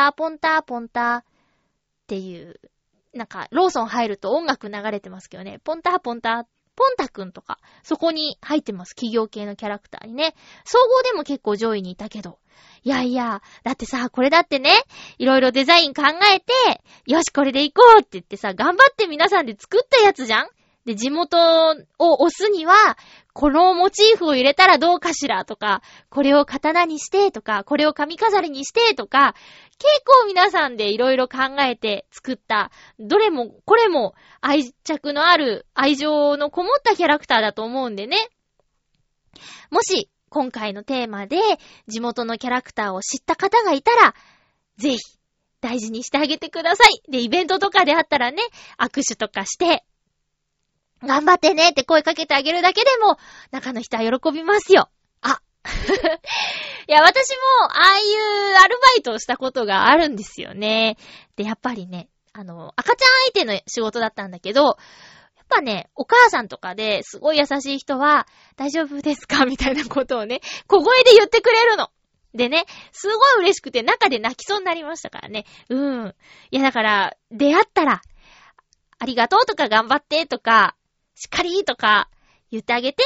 っていう、なんか、ローソン入ると音楽流れてますけどね、ポンタくんとか、そこに入ってます。企業系のキャラクターにね。総合でも結構上位にいたけど。いやいや、だってさ、これだってね、いろいろデザイン考えて、よし、これで行こうって言ってさ、頑張って皆さんで作ったやつじゃん？で、地元を押すには、このモチーフを入れたらどうかしらとか、これを刀にしてとか、これを髪飾りにしてとか、結構皆さんでいろいろ考えて作った、どれもこれも愛着のある愛情のこもったキャラクターだと思うんでね。もし今回のテーマで地元のキャラクターを知った方がいたら、ぜひ大事にしてあげてください。で、イベントとかであったらね、握手とかして、頑張ってねって声かけてあげるだけでも、中の人は喜びますよ。あ。いや、私も、ああいうアルバイトをしたことがあるんですよね。で、やっぱりね、赤ちゃん相手の仕事だったんだけど、やっぱね、お母さんとかですごい優しい人は、大丈夫ですかみたいなことをね、小声で言ってくれるの。でね、すごい嬉しくて中で泣きそうになりましたからね。いや、だから、出会ったら、ありがとうとか頑張ってとか、しっかりとか言ってあげて。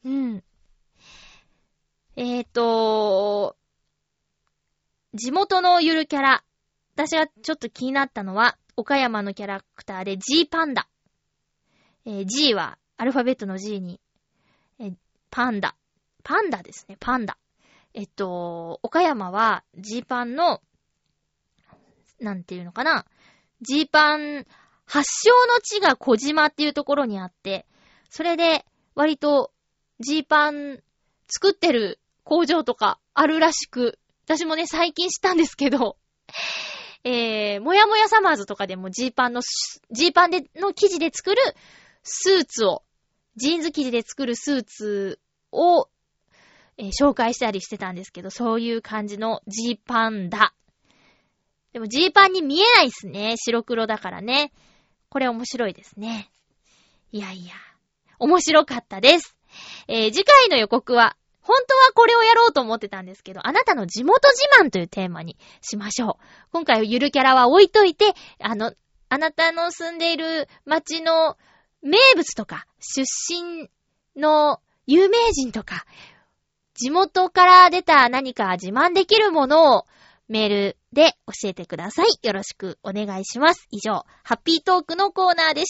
地元のゆるキャラ。私がちょっと気になったのは、岡山のキャラクターで G パンダ。G はアルファベットの G に、パンダ。パンダですね、パンダ。岡山は G パンの、なんていうのかな。G パン、発祥の地が小島っていうところにあって、それで割とジーパン作ってる工場とかあるらしく、私もね最近知ったんですけど、もやもやサマーズとかでもジーパンの生地で作るスーツを、ジーンズ生地で作るスーツを、紹介したりしてたんですけど、そういう感じのジーパンだ。でもジーパンに見えないっすね。白黒だからね。これ面白いですね。いやいや、面白かったです。次回の予告は、本当はこれをやろうと思ってたんですけど、あなたの地元自慢というテーマにしましょう。今回ゆるキャラは置いといて、あなたの住んでいる町の名物とか、出身の有名人とか、地元から出た何か自慢できるものをメールで教えてください。よろしくお願いします。以上、ハッピートークのコーナーでした。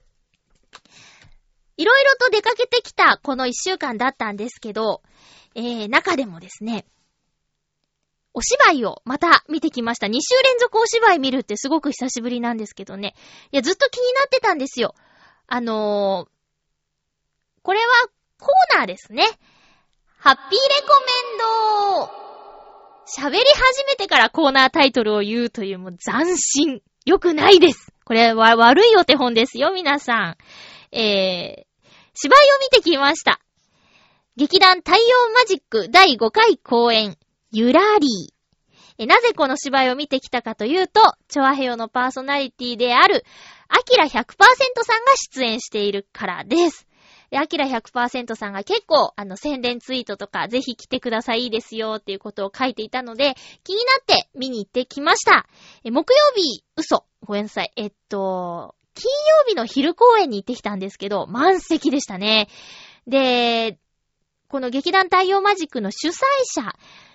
いろいろと出かけてきたこの1週間だったんですけど、中でもですね、お芝居をまた見てきました。2週連続お芝居見るってすごく久しぶりなんですけどね。いや、ずっと気になってたんですよ。これはコーナーですね。ハッピーレコメンド。喋り始めてからコーナータイトルを言うというもう斬新。よくないです。これは悪いお手本ですよ、皆さん。芝居を見てきました。劇団太陽マジック第5回公演、ゆらりー。なぜこの芝居を見てきたかというと、チョアヘヨのパーソナリティである、アキラ 100% さんが出演しているからです。アキラ 100% さんが結構宣伝ツイートとかぜひ来てくださいですよっていうことを書いていたので気になって見に行ってきました。木曜日、ごめんなさい。金曜日の昼公演に行ってきたんですけど満席でしたね。で、この劇団太陽マジックの主催者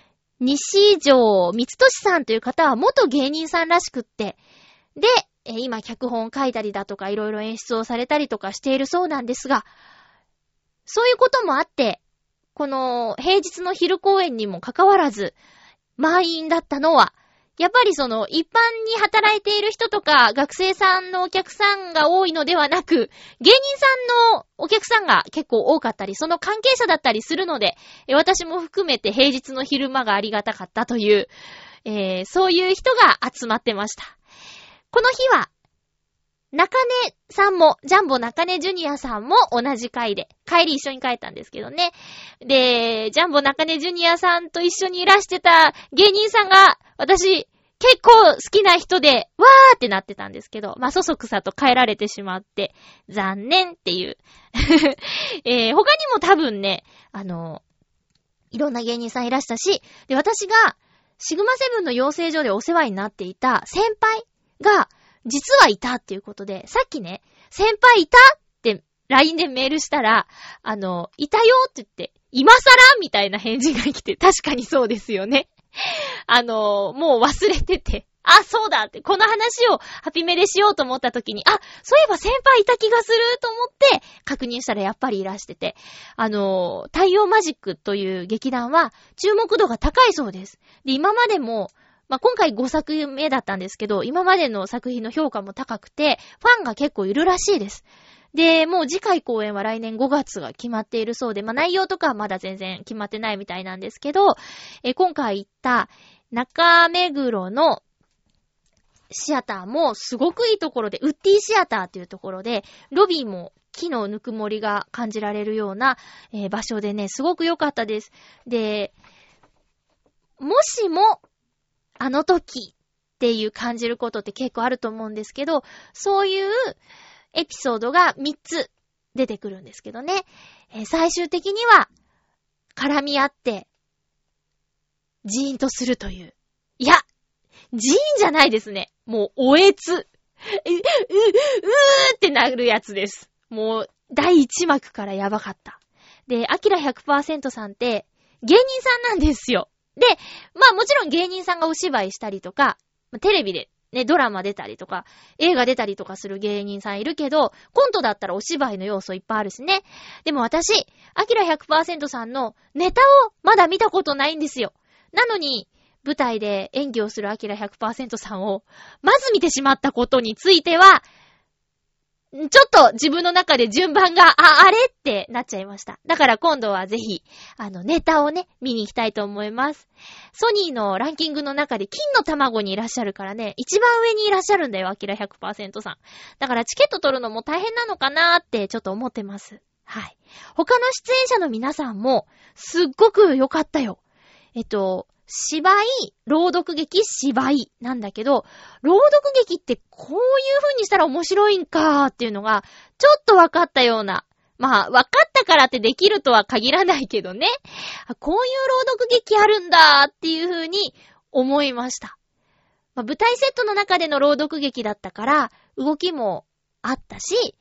西條光俊さんという方は元芸人さんらしくって、で、今脚本を書いたりだとかいろいろ演出をされたりとかしているそうなんですが、そういうこともあって、この平日の昼公演にもかかわらず満員だったのは、やっぱりその一般に働いている人とか学生さんのお客さんが多いのではなく、芸人さんのお客さんが結構多かったり、その関係者だったりするので、私も含めて平日の昼間がありがたかったという、そういう人が集まってました。この日は中根さんも、ジャンボ中根ジュニアさんも同じ回で、帰り一緒に帰ったんですけどね。で、ジャンボ中根ジュニアさんと一緒にいらしてた芸人さんが、私、結構好きな人で、わーってなってたんですけど、まあ、そそくさと帰られてしまって、残念っていう。他にも多分ね、いろんな芸人さんいらしたし、で、私が、シグマセブンの養成所でお世話になっていた先輩が、実はいたっていうことで、さっきね、先輩いたって LINE でメールしたら、いたよって言って、今更みたいな返事が来て、確かにそうですよね。もう忘れてて、あ、そうだって、この話をハピメでしようと思った時に、あ、そういえば先輩いた気がすると思って確認したらやっぱりいらしてて、太陽マジックという劇団は注目度が高いそうです。で、今までも、まあ、今回5作目だったんですけど、今までの作品の評価も高くて、ファンが結構いるらしいです。で、もう次回公演は来年5月が決まっているそうで、まあ、内容とかはまだ全然決まってないみたいなんですけど、今回行った中目黒のシアターもすごくいいところで、ウッディシアターっていうところで、ロビーも木のぬくもりが感じられるような、場所でね、すごく良かったです。で、もしも、あの時っていう感じることって結構あると思うんですけど、そういうエピソードが3つ出てくるんですけどね。最終的には絡み合ってジーンとするという。いや、ジーンじゃないですね。もうおえつ。ってなるやつです。もう第1幕からやばかった。で、アキラ 100% さんって芸人さんなんですよ。で、まあもちろん芸人さんがお芝居したりとか、テレビでね、ドラマ出たりとか、映画出たりとかする芸人さんいるけど、コントだったらお芝居の要素いっぱいあるしね。でも私、アキラ 100% さんのネタをまだ見たことないんですよ。なのに、舞台で演技をするアキラ 100% さんを、まず見てしまったことについては、ちょっと自分の中で順番が、あれってなっちゃいました。だから今度はぜひ、ネタをね、見に行きたいと思います。ソニーのランキングの中で金の卵にいらっしゃるからね、一番上にいらっしゃるんだよ、アキラ 100% さん。だからチケット取るのも大変なのかなーってちょっと思ってます。はい。他の出演者の皆さんも、すっごく良かったよ。芝居、朗読劇、芝居なんだけど、朗読劇ってこういう風にしたら面白いんかーっていうのが、ちょっと分かったような。まあ、分かったからってできるとは限らないけどね。こういう朗読劇あるんだーっていう風に思いました。まあ、舞台セットの中での朗読劇だったから、動きもあったし、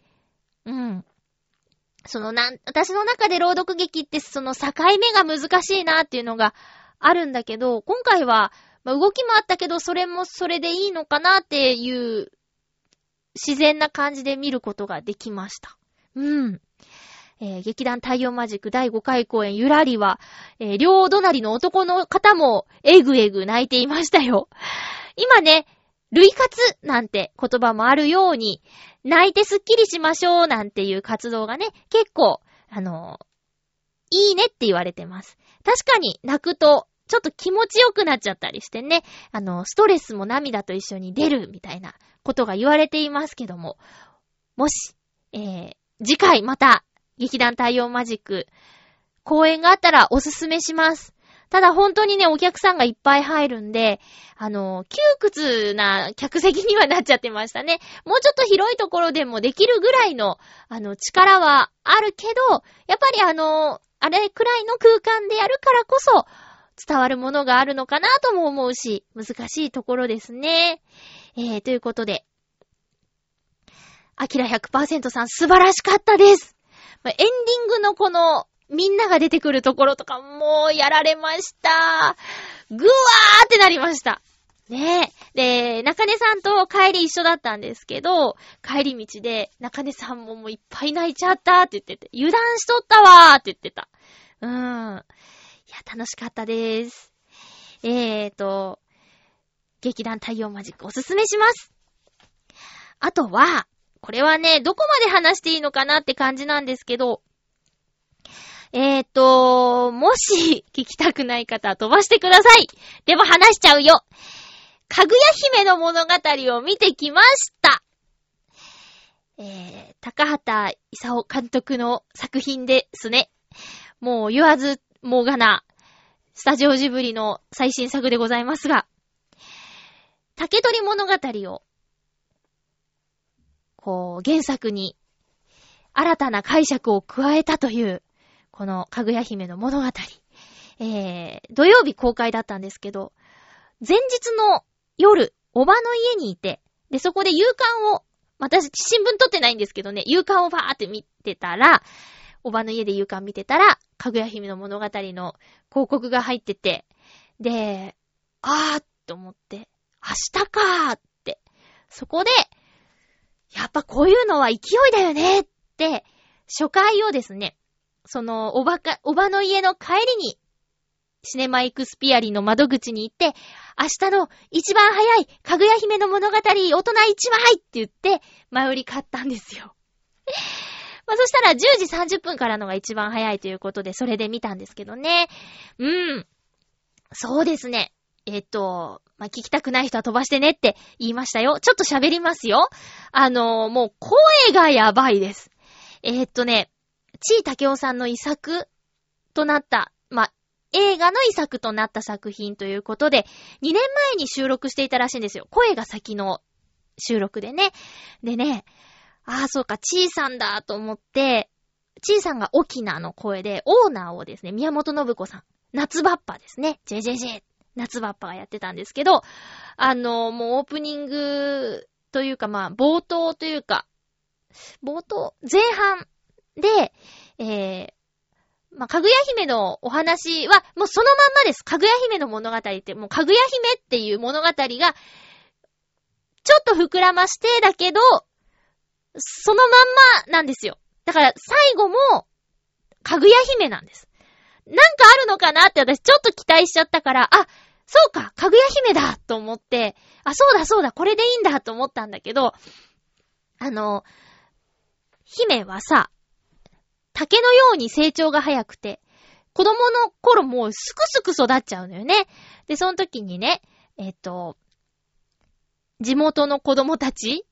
私の中で朗読劇ってその境目が難しいなっていうのが、あるんだけど、今回は、動きもあったけど、それもそれでいいのかなっていう自然な感じで見ることができました。劇団太陽マジック第5回公演ゆらりは、両隣の男の方もえぐえぐ泣いていましたよ。今ね、類活なんて言葉もあるように、泣いてスッキリしましょうなんていう活動がね、結構、いいねって言われてます。確かに泣くと、ちょっと気持ちよくなっちゃったりしてね、ストレスも涙と一緒に出るみたいなことが言われていますけども、もし、次回また劇団太陽マジック公演があったらおすすめします。ただ本当にね、お客さんがいっぱい入るんで、窮屈な客席にはなっちゃってましたね。もうちょっと広いところでもできるぐらいの、力はあるけど、やっぱりあれくらいの空間でやるからこそ、伝わるものがあるのかなとも思うし、難しいところですね。ということで、アキラ 100% さん素晴らしかったです。エンディングのこのみんなが出てくるところとかもうやられました。 ぐわーってなりました。ねえ。で、中根さんと帰り一緒だったんですけど、帰り道で、中根さんももういっぱい泣いちゃったって言ってて、油断しとったわーって言ってた。いや、楽しかったです。劇団太陽マジックおすすめします。あとは、これはね、どこまで話していいのかなって感じなんですけど、もし聞きたくない方は飛ばしてください。でも話しちゃうよ。かぐや姫の物語を見てきました。高畑勲監督の作品ですね。もう言わずもがな、スタジオジブリの最新作でございますが、竹取物語を、原作に新たな解釈を加えたという、このかぐや姫の物語。土曜日公開だったんですけど、前日の夜、おばの家にいて、で、そこで夕刊を、私新聞撮ってないんですけどね、夕刊をバーって見てたら、おばの家で夕刊見てたら、かぐや姫の物語の広告が入ってて、で、と思って、明日かーって、そこで、やっぱこういうのは勢いだよねって、初回をですね、そのおばの家の帰りに、シネマエクスピアリの窓口に行って、明日の一番早いかぐや姫の物語大人1枚って言って、前売り買ったんですよ。そしたら10時30分からのが一番早いということで、それで見たんですけどね。そうですね。聞きたくない人は飛ばしてねって言いましたよ。ちょっと喋りますよ。もう声がやばいです。地井武夫さんの遺作となった、映画の遺作となった作品ということで、2年前に収録していたらしいんですよ。声が先の収録でね。でね、そうか、ちいさんだと思って、ちいさんが沖縄の声で、オーナーをですね、宮本信子さん、夏バッパですね、JJJ、夏バッパがやってたんですけど、もうオープニングというか、冒頭というか、前半で、かぐや姫のお話は、もうそのまんまです。かぐや姫の物語って、もうかぐや姫っていう物語が、ちょっと膨らましてだけど、そのまんまなんですよ。だから最後も、かぐや姫なんです。なんかあるのかなって私ちょっと期待しちゃったから、そうか、かぐや姫だと思って、そうだ、これでいいんだと思ったんだけど、姫はさ、竹のように成長が早くて、子供の頃もうすくすく育っちゃうのよね。で、その時にね、地元の子供たち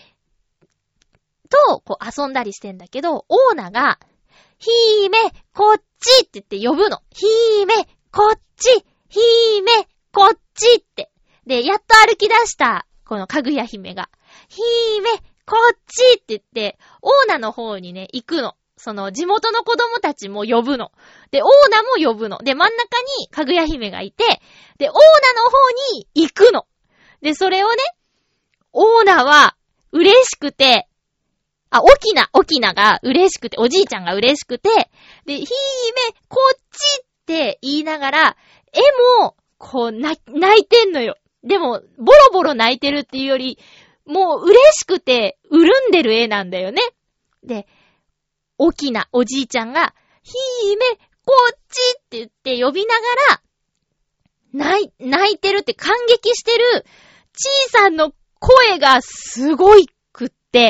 と遊んだりしてんだけど、オーナが、姫、こっちって言って呼ぶの。姫、こっち、姫、こっちって。で、やっと歩き出した、このかぐや姫が、姫、こっちって言って、オーナの方にね、行くの。その地元の子供たちも呼ぶの。で、オーナも呼ぶの。で、真ん中にかぐや姫がいて、で、オーナの方に行くの。で、それをね、オーナは嬉しくて、沖縄が嬉しくて、おじいちゃんが嬉しくて、で、姫、こっちって言いながら、絵も、泣いてんのよ。でも、ボロボロ泣いてるっていうより、もう嬉しくて、潤んでる絵なんだよね。で、沖縄、おじいちゃんが、姫、こっちって言って呼びながら、泣いてるって感激してる、ちいさんの声がすごいくって、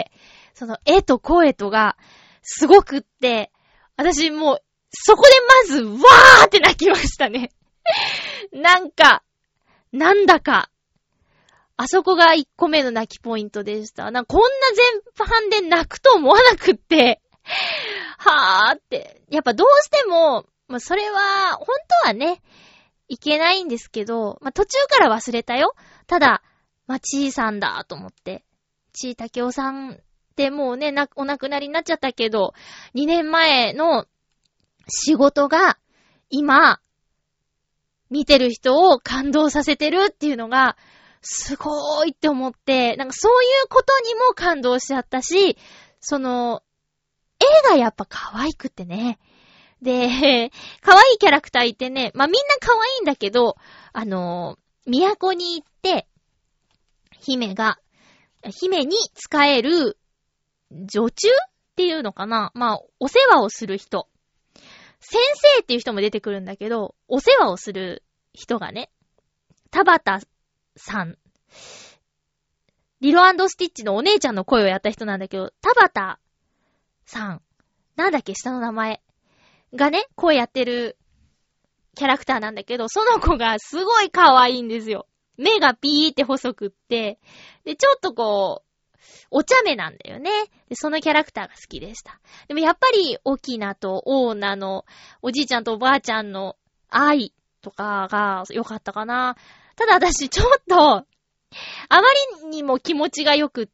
その絵と声とがすごくって、私もう、そこでまず、わーって泣きましたね。なんだか、あそこが1個目の泣きポイントでした。こんな全般で泣くと思わなくって、はーって。やっぱどうしても、それは、本当はね、いけないんですけど、途中から忘れたよ。ただ、ちいさんだと思って。ちいたけおさんってもうね、お亡くなりになっちゃったけど、2年前の仕事が、今、見てる人を感動させてるっていうのが、すごいって思って、そういうことにも感動しちゃったし、絵がやっぱ可愛くてね。で、可愛いキャラクターいてね、みんな可愛いんだけど、 都に行って、姫に仕える女中っていうのかな、まあ、お世話をする人。先生っていう人も出てくるんだけど、お世話をする人がね、田畑さん。リロ&スティッチのお姉ちゃんの声をやった人なんだけど、田畑さん。なんだっけ、下の名前。がね、声やってるキャラクターなんだけど、その子がすごい可愛いんですよ。目がピーって細くって、で、ちょっとこう、お茶目なんだよね。で、そのキャラクターが好きでした。でもやっぱり、オキナとオーナのおじいちゃんとおばあちゃんの愛とかが良かったかな。ただ私ちょっと、あまりにも気持ちが良くって、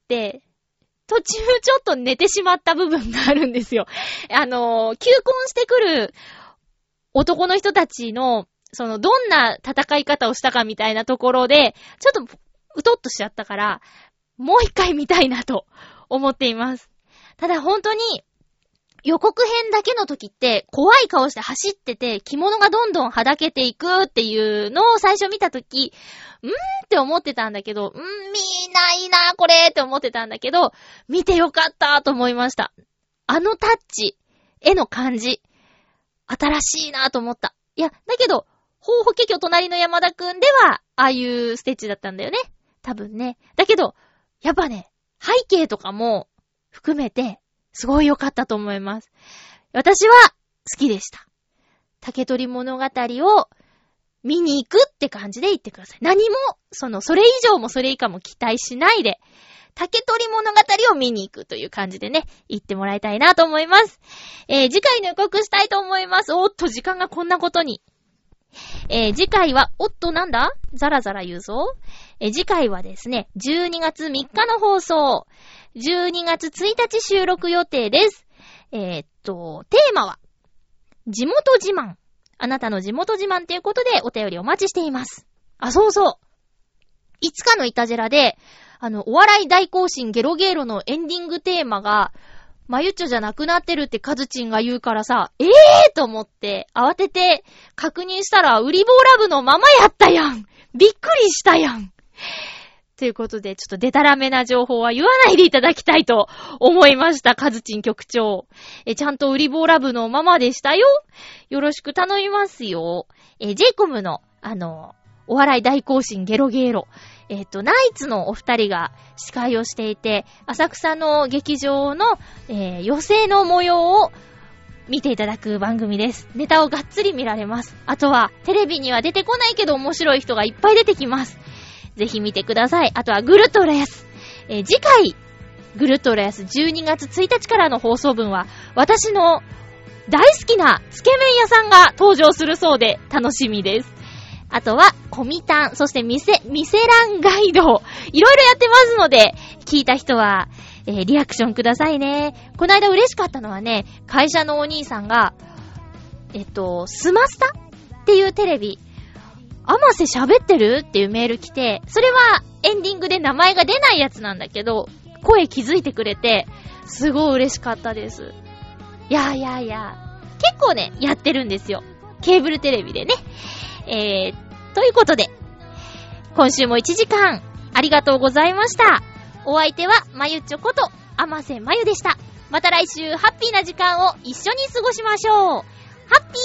途中ちょっと寝てしまった部分があるんですよ。求婚してくる男の人たちの、どんな戦い方をしたかみたいなところで、ちょっとうとっとしちゃったから、もう一回見たいなと思っています。ただ本当に、予告編だけの時って怖い顔して走ってて着物がどんどんはだけていくっていうのを最初見た時って思ってたんだけど見ないなこれって思ってたんだけど見てよかったと思いました。あのタッチ絵の感じ新しいなと思った。いやだけどほうほけきょ隣の山田くんではああいうステッチだったんだよね多分ね。だけどやっぱね背景とかも含めてすごい良かったと思います。私は好きでした。竹取物語を見に行くって感じで言ってください。何も、それ以上もそれ以下も期待しないで、竹取物語を見に行くという感じでね、行ってもらいたいなと思います。次回の予告したいと思います。おっと、時間がこんなことに。次回は、なんだ？ザラザラ言うぞ。次回はですね、12月3日の放送。12月1日収録予定です。テーマは、地元自慢。あなたの地元自慢ということでお便りお待ちしています。あ、そうそう。いつかのイタジェラで、お笑い大行進ゲロゲーロのエンディングテーマが、まゆっちょじゃなくなってるってカズチンが言うからさ、と思って、慌てて確認したら、ウリボーラブのままやったやん。びっくりしたやん。ということで、ちょっとデタラメな情報は言わないでいただきたいと思いました、カズチン局長。ちゃんとウリボーラブのままでしたよ。よろしく頼みますよ。ジェイコムの、お笑い大行進ゲロゲーロ。ナイツのお二人が司会をしていて、浅草の劇場の、寄席の模様を見ていただく番組です。ネタをがっつり見られます。あとは、テレビには出てこないけど面白い人がいっぱい出てきます。ぜひ見てください。あとはグルトレス。次回、グルトレス12月1日からの放送分は、私の大好きなつけ麺屋さんが登場するそうで楽しみです。あとは、コミタン、そしてミセランガイド。いろいろやってますので、聞いた人は、リアクションくださいね。この間嬉しかったのはね、会社のお兄さんが、スマスタっていうテレビ、アマセ喋ってるっていうメール来て、それはエンディングで名前が出ないやつなんだけど、声気づいてくれて、すごい嬉しかったです。いや。結構ね、やってるんですよ。ケーブルテレビでね。ということで、今週も1時間、ありがとうございました。お相手は、まゆちょこと、あませまゆでした。また来週、ハッピーな時間を一緒に過ごしましょう。ハッピー